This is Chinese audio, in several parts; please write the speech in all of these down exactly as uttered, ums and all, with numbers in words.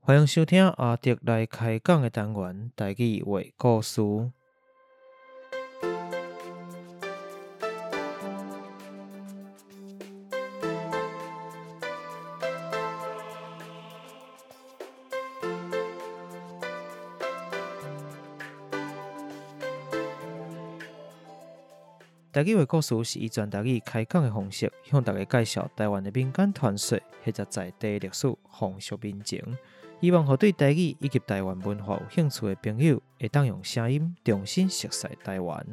欢迎收听阿迪来开讲的单元台语话故事。台语话故事是以全台语开讲的方式，向大家介绍台湾的民间传说或者在地历史、风俗民情。希望和对台语以及台湾文化有兴趣的朋友，会当用声音重新熟悉台湾。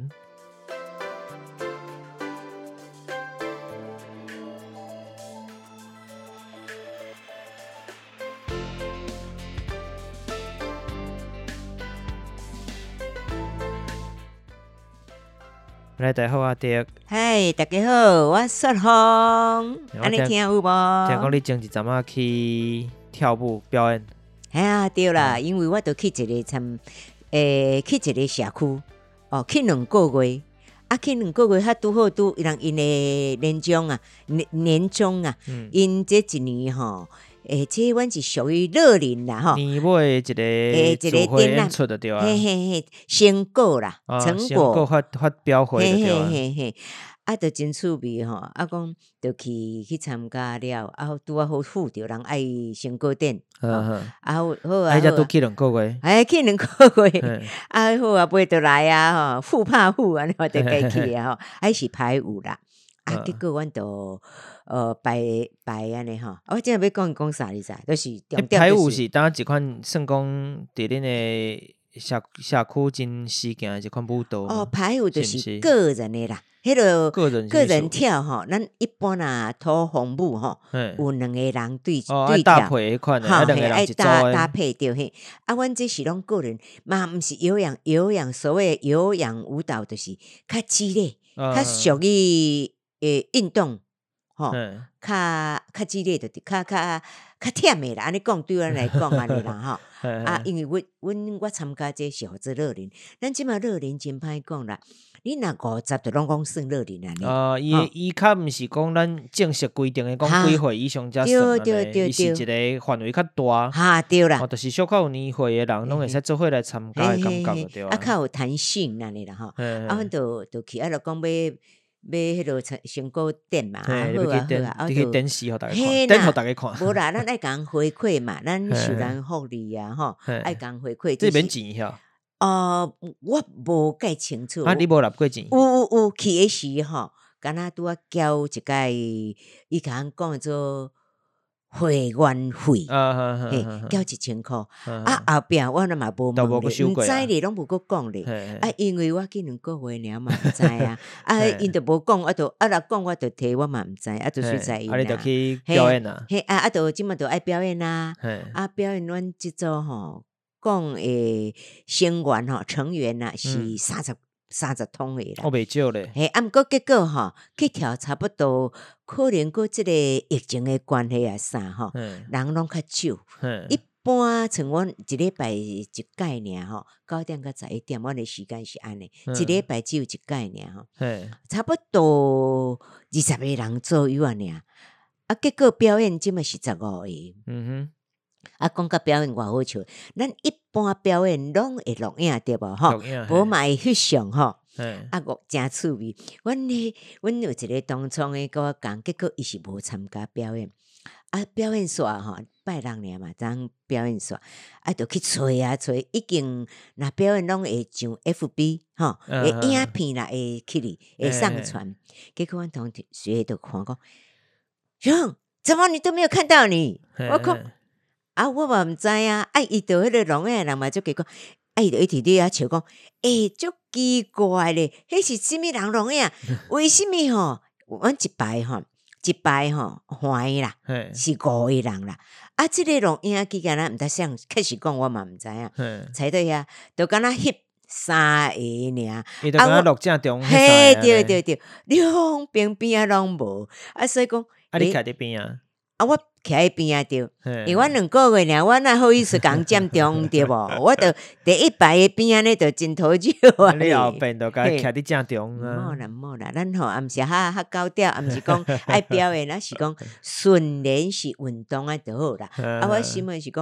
来，大家好，阿迪。 嗨，大家好，我雪红，安尼听有无？ 听讲你前一阵仔去跳舞表演。 哎呀，对啦，嗯、因为我都去一个参，诶、欸，去一个社区，哦，去两个月，啊，去两个月，他拄好拄人因的年终啊，年年终啊，嗯、因这一年吼。诶，这阮是属于乐龄啦吼， 年尾一个诶一个会演出的对啊， 嘿嘿嘿，成果啦， 啊、 成果， 成果发发表会的对啊， 嘿嘿嘿，啊，就真趣味吼，啊，讲就去去参加了，啊，拄啊好赴着人爱成果展， 嗯啊好好啊， 哎，才拄去两个月， 哎，去两个月，啊好啊，买倒来啊吼，富怕富安尼我就该去啊吼，还是排舞啦。啊！结果阮就呃排排安尼吼，我真系要讲讲啥你知？就是重点、就是。 排舞是当一款算讲伫恁的社社区真实行的一款舞蹈。 哦，排舞就是个人的啦，迄个个人个人跳吼，咱一般啊土风舞吼，有两个人对、 哦、 对跳，搭配迄款的，啊两个人一组的， 搭配着嘿。啊，阮这是拢个人，嘛毋是有氧有氧，所谓有氧舞蹈就是较激烈，较属于。诶，运动，吼，较较激烈的，较较较忝的啦。安尼讲对阮来讲安尼啦，吼。啊，因为阮阮我参加这是号做乐龄，咱即马乐龄真歹讲啦。你若五十就拢讲算乐龄安尼。 啊，伊伊较毋是讲咱正式规定的讲几岁以上才算安尼，伊是一个范围较大。 哈，对啦。 哦，就是小可有年岁的人，拢会使做伙来参加的感觉对啊。 啊，较有弹性安尼啦，吼。啊，阮就就去啊，就讲要。买迄落成果展嘛，啊好啊好啊， 你去展示互大家看，展互大家看。 无啦，咱爱共回馈嘛，咱受人福利啊，吼，爱共回馈。 这免钱遐？ 哦，我无介清楚。 啊，你无纳过钱？ 有有有，去诶时吼，敢若拄啊交一届，伊甲咱讲做会员费，嘿，交一千箍。啊，后壁我若嘛无问咧，毋知咧，拢无搁讲咧。啊，因为我去两个月尔嘛，毋知啊。啊，因着无讲，我着啊，若讲我着摕，我嘛毋知，啊，着随在因啦。 啊，你着去表演啊？ 嘿，啊，啊，着即马着爱表演啊。啊，表演阮即组吼，讲诶成员吼，成员呐是三十。三十通的啦， 我袂少咧。 嘿，啊，毋过结果吼，去跳差不多，可能过即个疫情的关系啊，啥吼，人拢较少。一般像阮一礼拜一届尔吼，九点到十一点，阮的时间是安尼，一礼拜只有一届尔吼，差不多二十个人左右啊尔。啊，结果表演即嘛是十五个。嗯哼。啊，讲到表演偌好笑，咱一般表演拢会录影对无吼？无嘛会翕相吼。啊，我真趣味。阮咧，阮有一个同窗诶，甲我讲，结果伊是无参加表演。啊，表演煞吼，拜六尔嘛，当表演煞，啊，就去找啊找，已经若表演拢会上 F B 吼，会影片啦，会去哩，会上传。结果阮同学就看讲，哟，怎么你都没有看到你？我讲。啊，我嘛毋知啊，啊，伊着迄个聋诶人嘛，就结果，啊，伊着一直咧啊笑讲，诶、欸，足奇怪咧，迄是啥物人聋诶啊？为什么吼？阮一排吼，一排吼，欢诶啦，是五个人啦。啊，即、這個聾影機敢若毋知想，確實講我嘛毋知影，猜對啊，就敢若翕三個爾。 伊就敢若錄正中迄三個。 嘿，對對對，兩邊邊啊攏無，啊，所以講， 啊，你徛佇邊啊？ 啊，我徛喺邊啊，對，因為我兩個月爾，我哪好意思講佔中對無？我著第一排嘅邊啊，呢著真討少啊。 你後邊著甲徛佇正中啊。 唔好啦，唔好啦，咱吼，毋是哈哈高調，毋是講愛表演，咱是講訓練是運動啊，著好啦。啊，我心裡是講，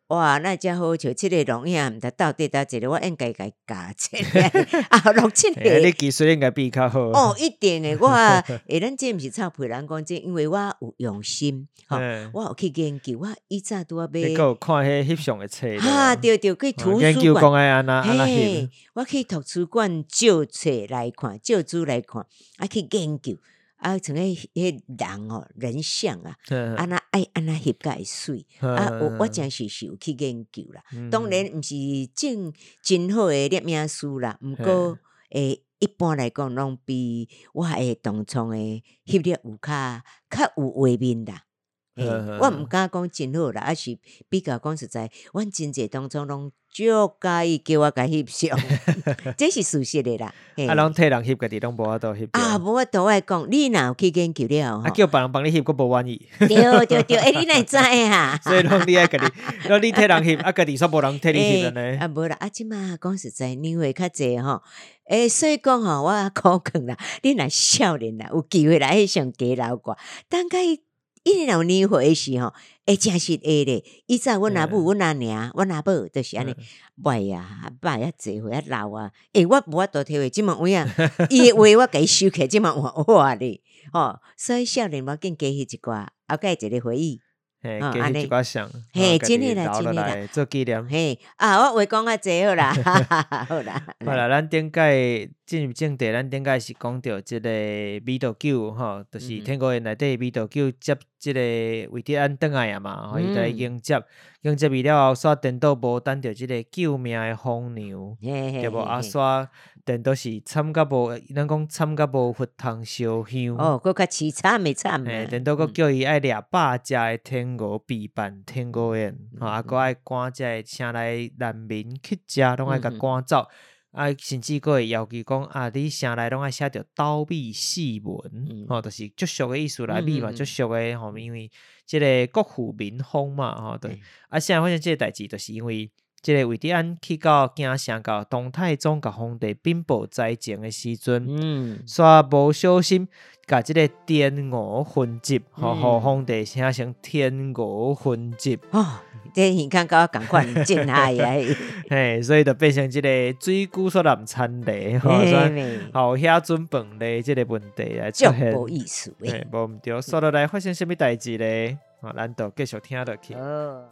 哇，那遮好笑，即、這個錄影毋知到底倒一個，我應該甲伊加切啊，錄即、這個。 欸、你技術應該比較好。 哦，一定誒，我誒，咱這毋是臭屁人講，即因為我有用心，吼、哦，我有去研究，我以前拄啊買。 你有看迄翕相誒冊？ 哈，對對，去圖書館。 研究講愛安那安那翕。 我去圖書館借冊來看，借書來看，啊去研究。啊，像迄迄人哦，人像啊，安那愛安那翕甲會水啊，我我真是是有去研究啦。嗯、當然毋是正真好誒攝影師啦，毋過誒一般來講，攏比我誒當初誒翕攝有較較有畫面啦。欸、我毋敢講真好啦，啊是比較講實在，阮真濟當中攏足介意叫我甲翕相，這是事實的啦。 啊，攏替人翕，家己攏無法度翕。 啊，無法度愛講，你若有去研究了吼， 啊叫別人幫你翕，佫無願意。 對對對，誒，你哪會知啊？ 所以攏你愛家己，攏你替人翕，啊家己煞無人替你翕呢。 啊無啦，啊即馬講實在，年歲較濟吼，誒，所以講吼，我考勸啦，你若少年啦，有機會來翕相加留掛，等甲伊。伊若有年歲誒時吼，會真實會咧。以前阮阿母、阮阿娘、阮阿母，就是安尼，袂啊，爸遐濟歲遐老啊。誒，我無法度體會，即滿有影，伊誒話我甲伊收起，即滿換我咧。吼，所以少年無要緊加翕一寡，後蓋一個回憶。 嘿，加翕一寡相， 嘿，真誒啦，真誒啦， 做紀念。 嘿，啊，我話講較濟好啦，好啦。 好啦，咱頂屆進入正題，咱頂屆是講到即個美道九吼，就是天高園內底美道九接即個韋德安轉來啊嘛，吼，伊來迎接，迎接伊了後，煞顛倒無等着即個救命誒紅娘，對無？啊，煞顛倒是慘甲無，咱講慘甲無佛通燒香。 哦，佫較淒慘誒慘。 嘿，顛倒佫叫伊愛掠百隻誒天鵝備辦天鵝宴，吼，啊，佫愛趕即個城內難民去食，攏愛甲趕走。啊，甚至佫會要求講啊，你城內攏愛寫着斗米四文，吼、嗯，就是足俗誒意思來米嘛，足俗誒吼，因為即個國富民豐嘛，吼，對。嗯、啊，現在發現即個代誌，就是因為即個韋德安去到京城到唐太宗甲皇帝稟報災情誒時陣，嗯，煞無小心，甲即個天鵝混雜，吼、嗯，互皇帝寫成天鵝混雜。哦這耳孔甲我共款真害啊！ 嘿，所以就變成即個水龜所難參例，吼，所以後遐準飯咧，即個問題來出現。 無意思誒， 嘿，無毋對，說落來發生什麼代誌咧？吼，咱就繼續聽落去。哦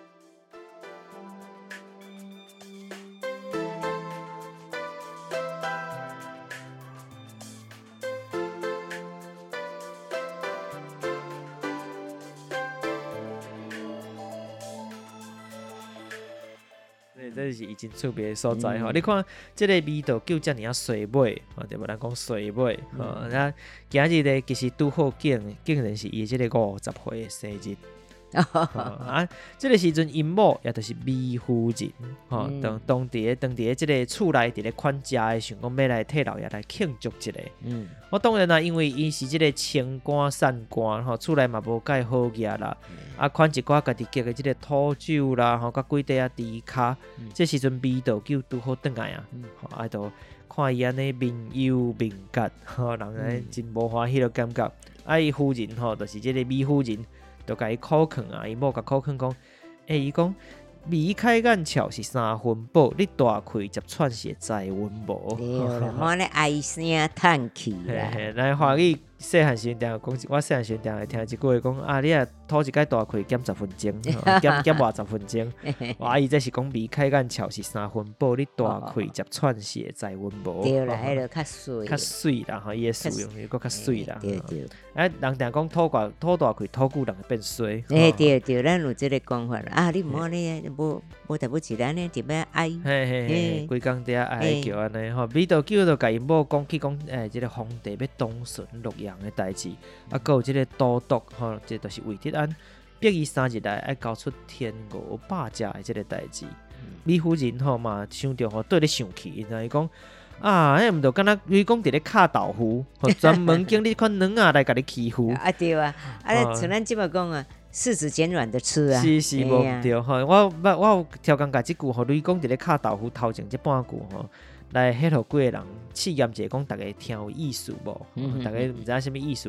這是已經出別的所在吼，嗯、你看這個味道叫遮爾啊水尾，吼對無？咱講水尾，吼、嗯，那今日咧其實拄好竟竟然是伊這個五十歲的生日。啊！這個時陣，因某也就是美夫人，吼、嗯，當當佇咧當佇咧即個厝內佇咧款食的想講要來替老爺來慶祝一下。嗯，我當然啦，因為伊是即個清官散官，吼，厝內嘛無介好嘢啦，嗯、啊，款一寡家己結的即個土酒啦，吼，甲幾塊啊豬腳，嗯、這時陣味道叫拄好轉來啊，吼、嗯，啊，就看伊安尼面憂面結，吼，人咧真無歡喜個感覺。啊，伊夫人吼，就是即個美夫人。就甲伊考勸啊，伊某甲考勸講，誒、欸，伊講眉開眼笑是三分寶，你大開接喘是在阮無。對啦，我咧唉聲嘆氣啦。 嘿嘿，來華語細漢時陣定講，我細漢時陣定會聽一句話講啊，你啊吐一擺大開減十分鐘，減減偌十分鐘。我伊這是講眉開眼笑是三分寶，你大開接喘是會在阮無。 對啦，迄個較水， 較水啦，吼，伊個使用伊個較水啦。 對對。 哎，人定講吐大吐大開吐久，人會變水。 誒對對，咱有這個講法啦。啊，你毋好呢，無無代無志，咱呢特別愛。 嘿嘿嘿，規工底下愛叫安尼吼，美道九就甲因某講起講，誒，即個皇帝要當順洛陽嘅代志，啊，閣有即個都督吼，即就是韋德安逼伊三日內愛交出天鵝百隻嘅即個代志。美夫人吼嘛，想着吼對咧生氣，因為伊講。啊，迄毋着敢若你講佇咧敲豆腐，吼專門經你款卵啊來甲你欺負。啊對啊，啊像咱即麼講啊，柿子揀軟的吃啊。 是是無毋對吼，我我我有超講甲即句吼，你講佇咧敲豆腐頭前即半句吼，來迄落幾個人試驗者講，逐個聽有意思無？逐個毋知影啥物意思。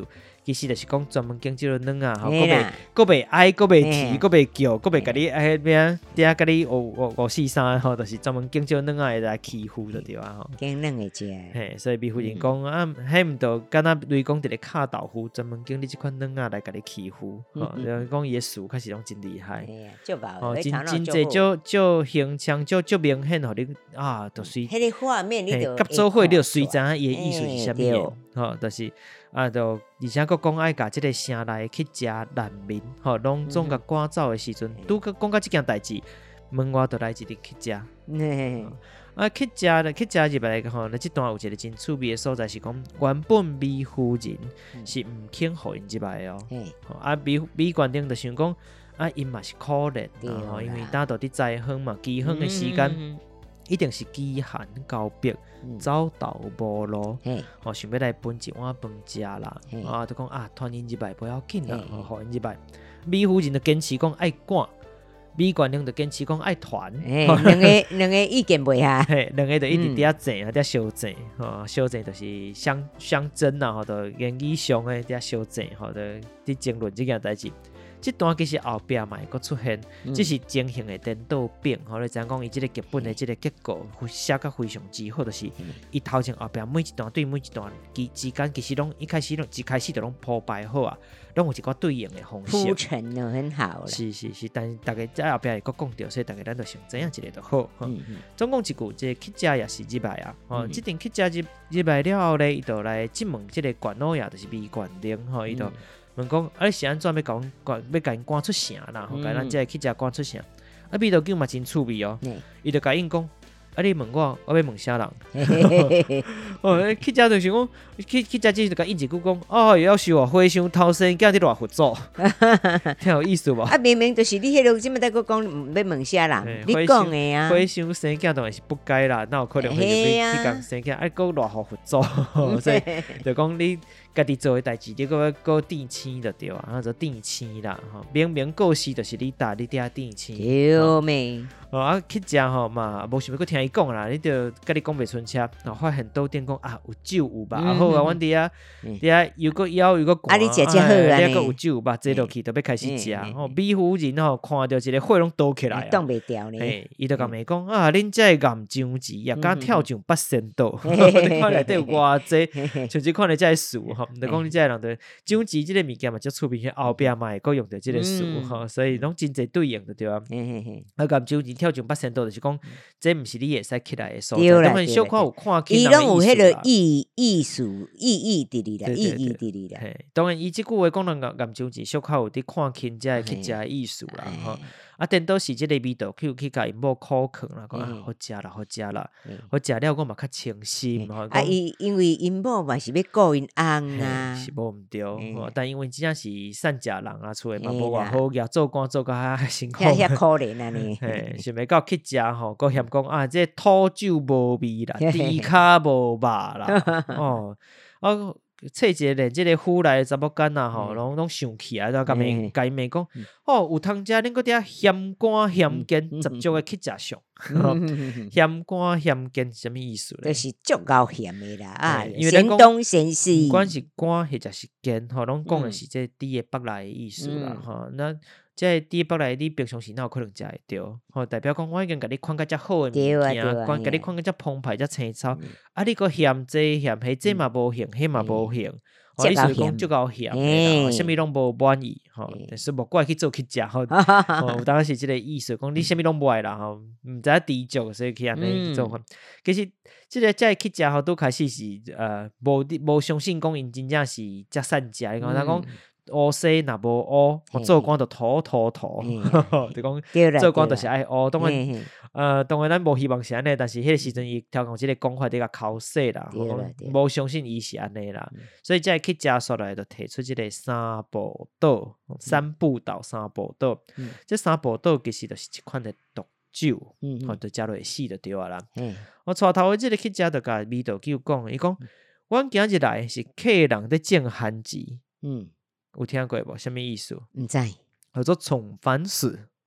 其实就是讲专门拣即落软啊，吼，佫袂佫袂爱，佫袂啼，佫袂叫，佫袂甲你哎咩嗲甲你五五五四三吼，就是专门拣即落软啊来欺负就对啊吼。 拣软诶食。 嘿，所以美夫人讲啊，迄毋着敢若类讲伫咧敲豆腐，专门拣你即款软啊来甲你欺负，吼，就是讲伊诶术确实拢真厉害。哦，真真济就就形象就就明显，互你啊，就随。 迄个画面你就。 合作伙你就随知影伊诶意思是啥物吼，就是啊，就而且佫讲爱甲即个城内去食难民，吼，拢总甲赶走诶时阵，拄佮讲到即件代志，门外就来一日去食。啊，去食咧，去食入来吼，咧即段有一个真趣味诶所在是讲，原本美夫人是毋肯互因入来哦。啊，美美县长就想讲，啊，因嘛是可怜吼，因为呾到伫灾荒嘛，饥荒诶时间。一定是饥寒交迫，走投无路，吼、哦、想要来分一碗饭食啦，啊，就讲啊，团因入来不要紧啦，吼、互因入来。美夫人就坚持讲爱赶，美县长就坚持讲爱团， 两个两个意见袂合， 嘿，两个就一直伫遐争啊，伫遐相争，吼，相争就是相相争啦，吼，就言语上诶伫遐相争，吼，就伫争论即件代志。这段其实后壁嘛会佫出现，嗯、这是情形的颠倒变，吼、嗯！你知影讲伊即个剧本的即个结构写甲非常之好，就是伊头前后壁每一段对每一段之之间，其实拢一开始拢一开始就拢铺排好啊，拢有一个对应的方式。 铺陈得很好了。 是是是，但是大家在后壁会佫讲到，所以大家咱就想怎样一个就好。嗯嗯。总共一句，这个乞食也是入来啊，吼、嗯！即阵乞食入入来了后咧，伊就来质问即个管老爷，就是美县令，吼，伊就。问讲，啊！你是安怎要讲赶要甲因赶出城啦？吼、嗯，甲咱即个去食赶出城。啊，味道叫嘛真趣味哦。伊、嗯、就甲因讲，啊！你问我，我要问啥人？哦，去食就想讲，去去食之就甲因一句讲，哦，要是我花香偷生，叫你偌合作，挺有意思无？ 啊，明明就是你迄落，即么在佫讲要问啥人？你讲的啊？ 花香生囝当然是不该啦，哪有可能会去去讲生囝？啊，佫偌好合作，所以就讲你。家己做诶代志，你搁搁垫青就对啊，就垫青啦，吼，明明故事就是你搭你伫遐垫青， 对咩？ 哦啊，去食吼嘛，无想要搁听伊讲啦，你着甲你讲袂顺车，然后发现倒店讲啊有酒有肉，好啊，阮伫遐伫遐又搁枵又搁寒， 啊你食遮好啊， 你搁有酒有肉，坐落去就要开始食，吼，美夫人吼看到一个火拢倒起来啊， 挡袂掉呢， 嘿，伊就甲咪讲啊，恁遮个岩浆子也敢跳上八仙岛，你看内底有偌济，像即款的遮树吼。就讲你这个人的姜子这个物件嘛，足出名，后壁嘛会搁用到这个树吼、嗯，所以拢真侪对应的对啊。啊，咁姜子跳上八仙岛，就是讲这毋是你会使起来的所在。当然小可有看起人的意思啦。伊拢有迄个意意思意义伫里啦，意义伫里啦。 当然，伊即句话讲人咁姜子小可有伫看起才会去食的意思啦，吼。啊，颠倒是即个味道，去去甲因某口劝啦，讲、嗯、啊好食啦，好食啦，嗯、好食了我嘛较清心。 嗯、啊，伊因为因某嘛是要顾因翁啊， 是无毋对、嗯，但因为真正是善食人啊，厝诶嘛无偌好，也做官做甲遐辛苦， 遐可怜啊呢。 嘿，想要到去食吼，佫嫌讲啊，这土酒无味啦，猪骹无肉啦，哦，啊。册一个连即个府内查某囡仔吼，拢拢生气啊！就甲伊甲伊骂讲，哦，有通食恁搁伫遐嫌肝嫌奸，十足个去食上，嫌肝嫌奸什么意思咧？ 就是足够嫌的啦啊！嫌东嫌西， 不管是肝或者是奸，吼，拢讲的是这猪的腹内的意思啦，吼，那。即个猪腹内你平常时哪有可能食会着？吼，代表讲我已經甲你看甲遮好诶物件，甲甲你看甲遮澎湃遮青草，啊，你佫嫌这嫌迄，这嘛无嫌，迄嘛无嫌，吼，意思讲足够嫌诶啦，啥物拢无满意，吼，但是无怪去做去食，吼，有当时即个意思讲你啥物拢无爱啦，吼，毋知影知足，所以去安尼做法。其實即個遮去食吼，拄開始是呃無無相信講因真正是遮善食，你講他講。烏西若無烏，做官就土土土，就講做官就是愛烏。當然，呃，當然咱無希望是安尼，但是迄個時陣伊調講即個講法，啲個考試啦，無相信伊是安尼啦。所以即個去食出來就提出即個三寶島、三步島、三寶島。即三寶島其實就是一款嘅毒酒，吼，就食落會死就對啊啦。我帶頭嘅即個去食就甲味道叫講，伊講，阮今日來是客人在種番薯。有聽過無？什麼意思？ 唔知， 叫做蟲番薯。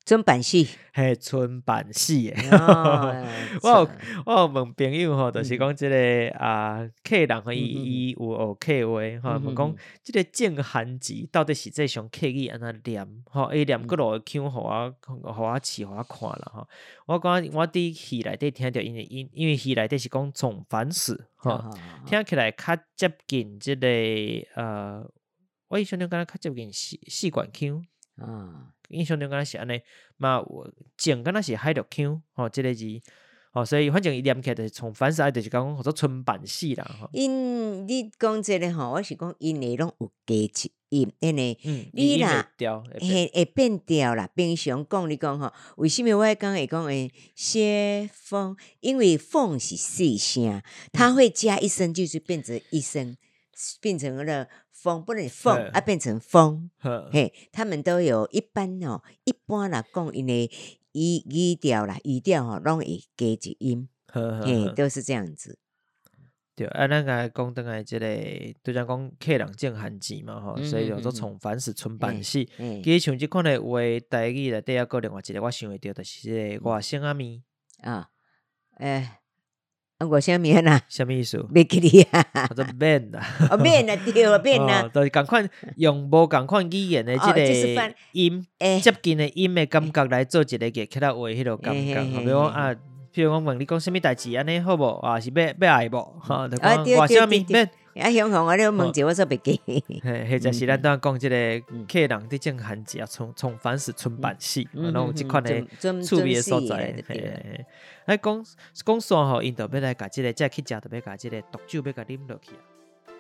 春版戏， 嘿，春版戏诶。 哦我有我有问朋友吼，就是讲即个啊客人吼，伊嗯伊有学客话吼，问讲即个正汉字到底实际上客语安怎念吼？伊念几落腔，互我互我试，互我看啦吼。我讲我伫戏内底听着，因为因因为戏内底是讲从反史吼，听起来较接近即个呃，我印象中敢若较接近四四管腔啊。印象中敢若是安尼，嘛正敢若是海陆腔吼，即个字吼，所以反正伊念起来就是从反式，就是讲叫做春版戏啦吼。 因你讲即个吼，我是讲因诶拢有加一音，因为你啦会会变调啦。平常讲你讲吼，为什么我讲会讲诶歇风？因为风是细声，它会加一声，就是变成一声，变成了。风不能风啊，变成风，嘿，他们都有一般哦，一般来讲，因为语语调啦，语调吼，拢会加一音，嘿，都是这样子。 对，啊，咱个讲倒来，即个就像讲客人正汉字嘛吼，所以叫做从凡是春版戏。其实像即款的话，台语内底还有另外一个我想会到，就是即个外省仔面啊，诶。啊，外省面啊？ 什么意思？ 袂记哩啊！ 或者面啊？ 哦，面啊，对啊，面啊， 就是共款用无共款语言的即个音，接近的音的感觉来做一个个其他话迄落感觉。比如讲啊，比如讲问你讲什么代志安尼好无？啊是要要爱无？哈，就讲外省面面。 啊，香港我咧问者，我说袂记。 嘿，或者是咱当讲即个客人伫正汉字啊，从从凡是春版戏，然后即款的趣味的所在。哎，讲讲煞吼，因着要来甲即个，再去食，着要甲即个毒酒要甲啉落去啊。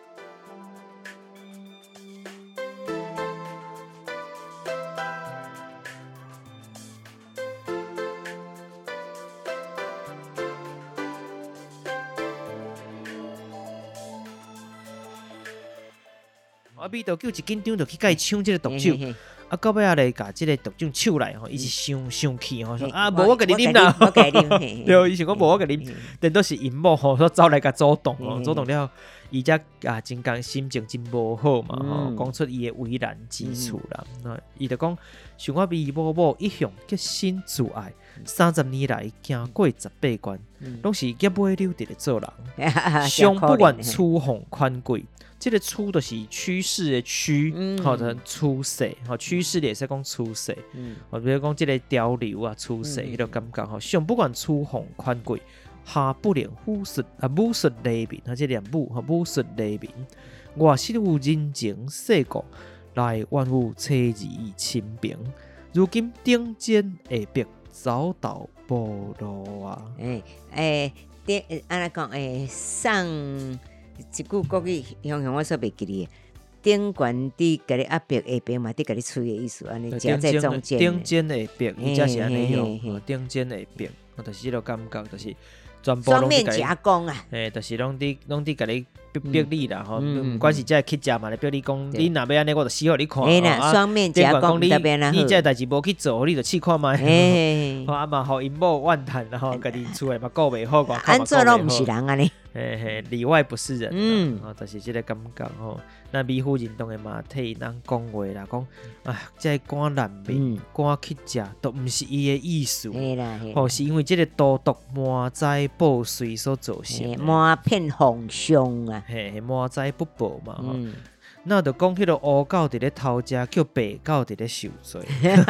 啊，味道叫一紧张，就去甲伊抢即个毒酒。啊，到尾啊来甲即个毒酒抢来吼，伊是生生气吼，说啊，无我甲你啉啦， 我甲你啉， 对，伊想讲无我甲你啉，但都是因某吼，说走来甲阻挡吼，阻挡了，伊则啊真讲心情真无好嘛吼，讲出伊的为难之处啦。伊就讲，想我为某某一向决心自爱，三十年来行过十八关，拢是结尾了直咧做人，上不愿处逢款贵。这个出就是趋势的趋，好成出世，好趋势也是讲出世，好比如讲这个潮流啊，出世迄个感觉吼，上不管出红宽贵，下不连武术啊武术黎明，啊这连武哈武术黎明，外室有人情世故，内万物车仪清平，如今顶尖下壁早到无路啊！ 诶诶，顶安尼讲诶上。一句国语，向向我说袂记哩。顶悬伫甲你压迫，下边嘛伫甲你吹的意思，安尼夹在中间。 顶尖下壁，伊才是安尼用。顶尖下壁，我就是迄个感觉，就是全部双面夹攻啊！ 诶，就是拢伫拢伫甲你逼逼你啦，吼，毋管是即个去食嘛，咧逼你讲，你若要安尼，我就死互你看。 诶啦，双面夹攻特别啦。你即个代志无去做，你就试看觅。诶，啊嘛，互因某怨叹，然后家己厝诶嘛顾袂好，外口嘛顾袂好。 拢毋是人安尼。 嘿嘿，里外不是人，嗯，哦，就是这个感觉吼。那美府运动的嘛，替人讲话啦，讲啊，这赶难民，赶去食，都毋是伊的意思，吼，是因为这个毒毒满载报税所造成， 满片风霜啊， 嘿，满载不报嘛，吼。那就讲迄个乌狗伫咧偷食，叫白狗伫咧受罪。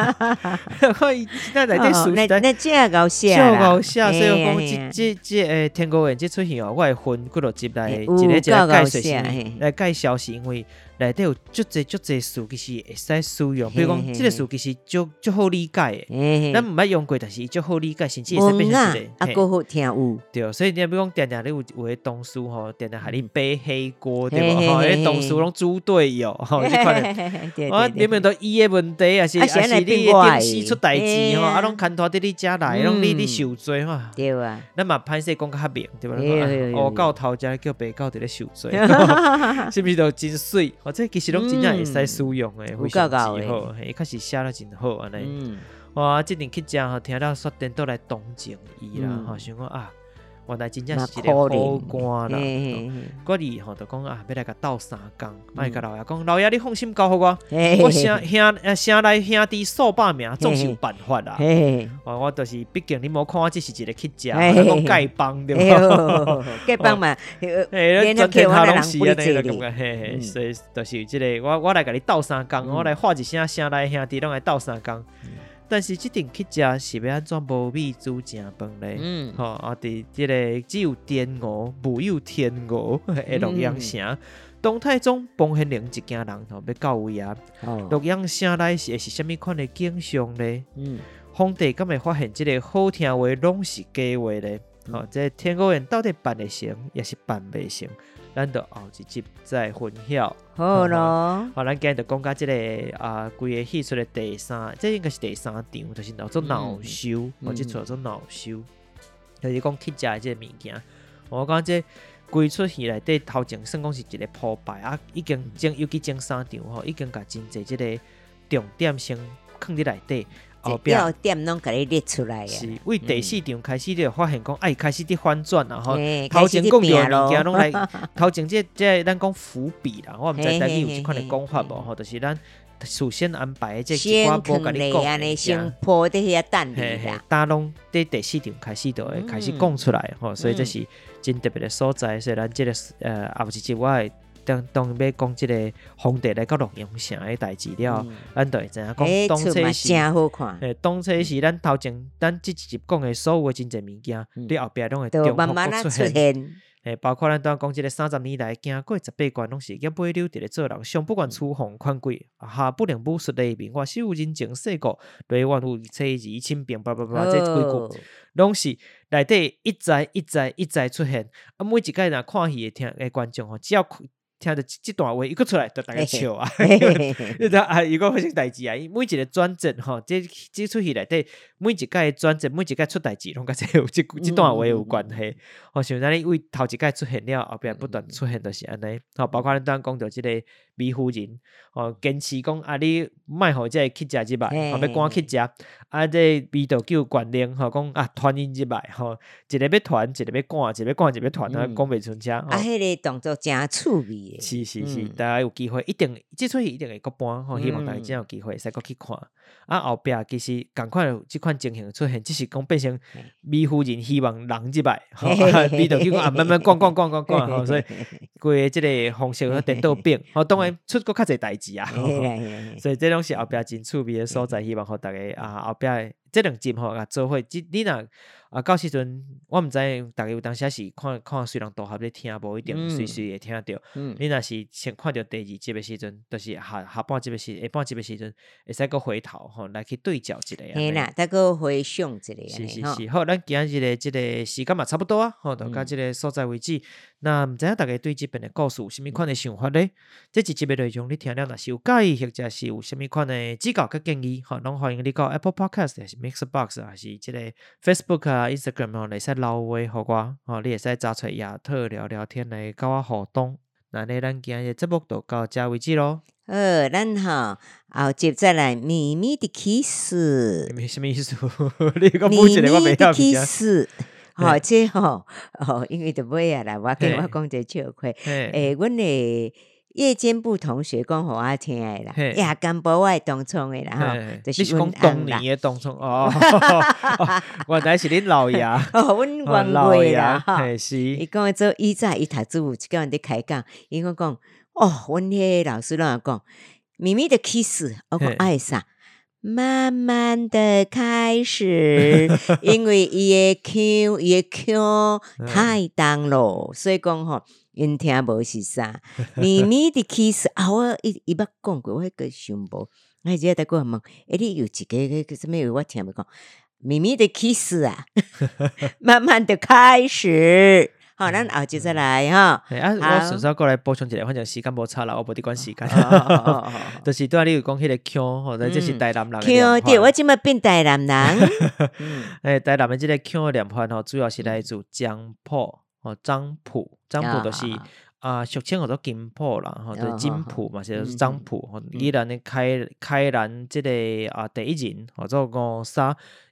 那内底属那那真搞笑啦，搞笑。所以讲，即即即诶，天国人即出现哦，我会分几落集来一个一个介绍是来介绍，是因为内底有足侪足侪词其实会使使用，比如讲，即个词其实足足好理解诶，咱毋捌用过，但是伊足好理解，甚至会使变成一个啊，够好听有。 对，所以你比如讲，定定你有有诶同事吼，定定害你背黑锅，对无？吼，迄同事拢猪队友，吼，即款诶，我明明都伊诶问题，也是也是你诶电视出代志吼，啊，拢牵拖伫你遮来，拢你你受罪吼。 对啊， 咱嘛歹势讲较明，对无？乌狗偷食叫白狗伫咧受罪，是毋是都真水？或者其实拢真正会使使用诶，非常之好，伊确实写得真好安尼。哇，即阵去食吼，听到雪电倒来同情伊啦，吼，想讲啊。 原来真正是一个好官啦。我哩吼就讲啊，要来甲斗三工，卖甲老爷讲，老爷你放心交互我，我城兄城内兄弟数百名，总是有办法啦。我就是毕竟你无看我只是一个去食，我讲丐帮对无？丐帮嘛，嘿，全天下拢是安尼个感觉，嘿嘿，所以就是即个我我来甲你斗三工，我来喊一声城内兄弟拢来斗三工。但是即阵去食是要安怎无米煮成饭咧？嗯，吼啊！伫即个只有天鹅，无有天鹅的洛阳城，东太宗彭显灵一家人吼要到位啊！洛阳城内是会是虾米款的景象咧？嗯，皇帝敢会发现即个好听话拢是假话咧？吼，这天鹅宴到底办会成，也是办袂成？咱就后一集再分晓。 好咯， 好，咱今日就讲到这个啊，规个戏出的第三，这应该是第三场，就是叫做恼羞，或者叫做恼羞，就是讲去食的这个物件。我讲这规出戏内底头前算讲是一个铺排啊，已经前尤其前三场吼，已经甲真侪这个重点先放伫内底。 后标点拢甲你列出来啊！ 是为第四场开始，你就发现讲，哎，开始伫反转啦吼。头前讲到物件拢来，头前这这咱讲伏笔啦，我毋知台语有即款的讲法无吼，就是咱事先安排这一寡无甲你讲， 先铺伫遐等你啦。 大拢伫第四场开始就会开始讲出来吼，所以这是真特别的所在，所以咱这个呃后一集我会。当当要讲即个皇帝来到洛阳城的代志了，咱就会知影讲当初是真好看。 诶，当初是咱头前咱即一集讲的所有的真侪物件，你后壁拢会重复出现。诶，包括咱当讲即个三十年来行过十八关，拢是叶尾柳伫咧做人，上不管粗红宽贵，下不能不说黎明，我手人情世故，对万物切宜轻便，叭叭叭，这几句拢是内底一再一再一再出现。啊，每一届若看戏的听诶观众吼，只要听到这段话一个出来，就大家笑啊！你知啊，如果发生代志啊，每一个转折吼，这这出戏内底每一届转折，每一届出代志，拢甲这有这这段话有关系。好像咱为头一届出现了，后边不断出现就是安尼。好，包括咱刚讲到这个美夫人，哦，坚持讲啊，你卖互这去食即摆，后要赶去食，啊，这味道叫管令，吼，讲啊，团因即摆，吼，一个要团，一个要赶，一个要赶，一个要团，啊，讲袂出车。 啊，迄个动作真趣味。 是是是，嗯、大家有机会一定，这出戏一定会搁搬吼，希望大家真有机会使搁去看。啊，后壁其实赶快有这款情形出现，只是讲变成美夫人希望人即摆，吼，味道叫讲啊慢慢赶赶赶赶赶，吼，所以规个即个方式和颠倒变，吼，当然出搁较侪代志啊，所以这拢是后壁真趣味的所在，希望互大家啊后壁这两集吼啊做伙，你若啊到时阵我毋知大家有当时是看看虽然大合咧听，无一定随时会听到。嗯、你若是先看到第二集的时阵，就是下下半集的时，下半集的时阵，会使个回头吼来去对照一下。 嘿啦，再个回想一下。 是是是，好，咱今日的这个时间嘛差不多啊，吼，就到这个所在为止。嗯、那毋知影大家对这边的故事有啥物款的想法咧？这一集的内容你听了若是有介意，或者是有啥物款的指教甲建议，吼，拢欢迎你到 Apple Podcast 还是 Mixbox 还是这个 Facebook 啊 Instagram 吼，来使留话互我，吼，你会使找出来亚特聊聊天来甲我互动。那呢，咱今日节目就到这为止咯。 呃，咱吼后集再来秘密的 kiss。 什么意思？你讲不一个我袂晓秘密的 kiss。吼，这吼哦，因为着尾啊啦，我跟我讲一个笑话。诶，阮的夜间部同学讲互我听的啦，夜间部我同窗的啦，吼， 就是讲当年的同窗哦。原来是恁老爷， 哦，阮冤老爷啦， 哈，是。 伊讲做以前伊读书，一个人伫开讲，伊讲讲，哦，阮迄个老师拢讲，秘密的 kiss， 我讲爱啥？慢慢的开始，因为伊的腔，伊的腔太重咯，所以讲吼，因听无是啥。秘密的 kiss 啊，我伊伊捌讲过，我迄个想无。我只在讲问，诶，你有一个个什么？我听无讲。秘密的 kiss 啊，慢慢的开始。好，咱后集再来哈。 哎啊，我顺便过来补充一下，反正时间无差啦，我无伫管时间。就是对啊，你有讲迄个腔，或者这是台南人。 腔对，我即马变台南人。 诶，台南的这个腔的念法吼，主要是来自江浦吼，漳浦，漳浦就是啊，俗称叫做金浦啦，吼，就是金浦嘛，是漳浦。吼，依然的开开南这个啊第一人，或者五沙。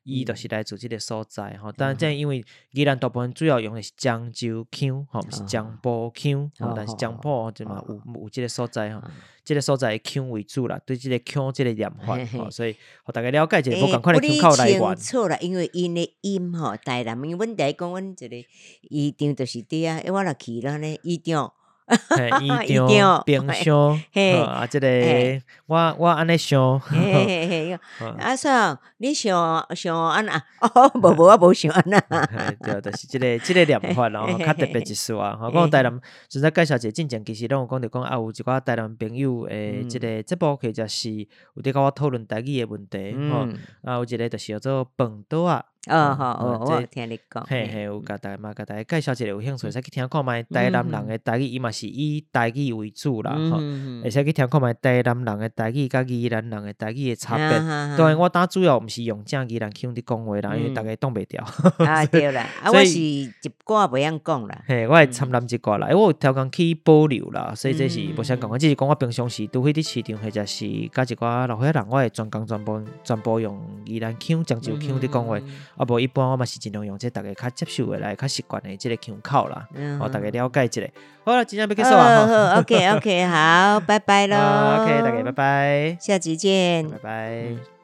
伊就是来自即个所在吼。当然，这因为宜兰大部分主要用的是漳州腔，吼，毋是漳埔腔，吼，但是漳埔就嘛有有即个所在吼，即个所在的腔为主啦，对即个腔即个念法吼，所以互大家了解一下，无共款的腔口来源。 错啦，因为因的音吼，台南，因为阮第一讲，阮一个医场就是伫啊，我若去了呢，医场。 嘿，医场、冰箱，啊，即个我我安尼想， 嘿嘿嘿，啊，说你想想安那？哦，无无我无想安那。 对，就是即个即个念法咯，较特别一丝啊。吼，讲台南，现在介绍一个进前，其实拢有讲着讲啊，有一寡台南朋友诶，即个节目或者是有伫甲我讨论台语诶问题，吼，啊，有一个就是叫做饭岛啊。 哦吼哦，我有听你讲， 嘿嘿，有甲大家嘛，甲大家介绍一个有兴趣，使去听看觅台南人诶台语，伊嘛是以台语为主啦，吼，会使去听看觅台南人诶台语甲宜兰人诶台语诶差别。当然，我当主要毋是用正宜兰腔伫讲话啦，因为大家挡袂掉。 啊对啦，啊我是一寡袂晓讲啦。 嘿，我会参揽一寡啦，因为我有调工去保留啦，所以这是无啥讲法，只是讲我平常时拄去伫市场或者是甲一寡老伙仔人，我会专工全部全部用宜兰腔、漳州腔伫讲话，啊无一般我嘛是尽量用这大家较接受的来较习惯的这个腔口啦，哦，大家了解一下。好了，今天要结束啊。 好 ，OK OK， 好，拜拜喽。 OK， 大家拜拜， 下集见， 拜拜。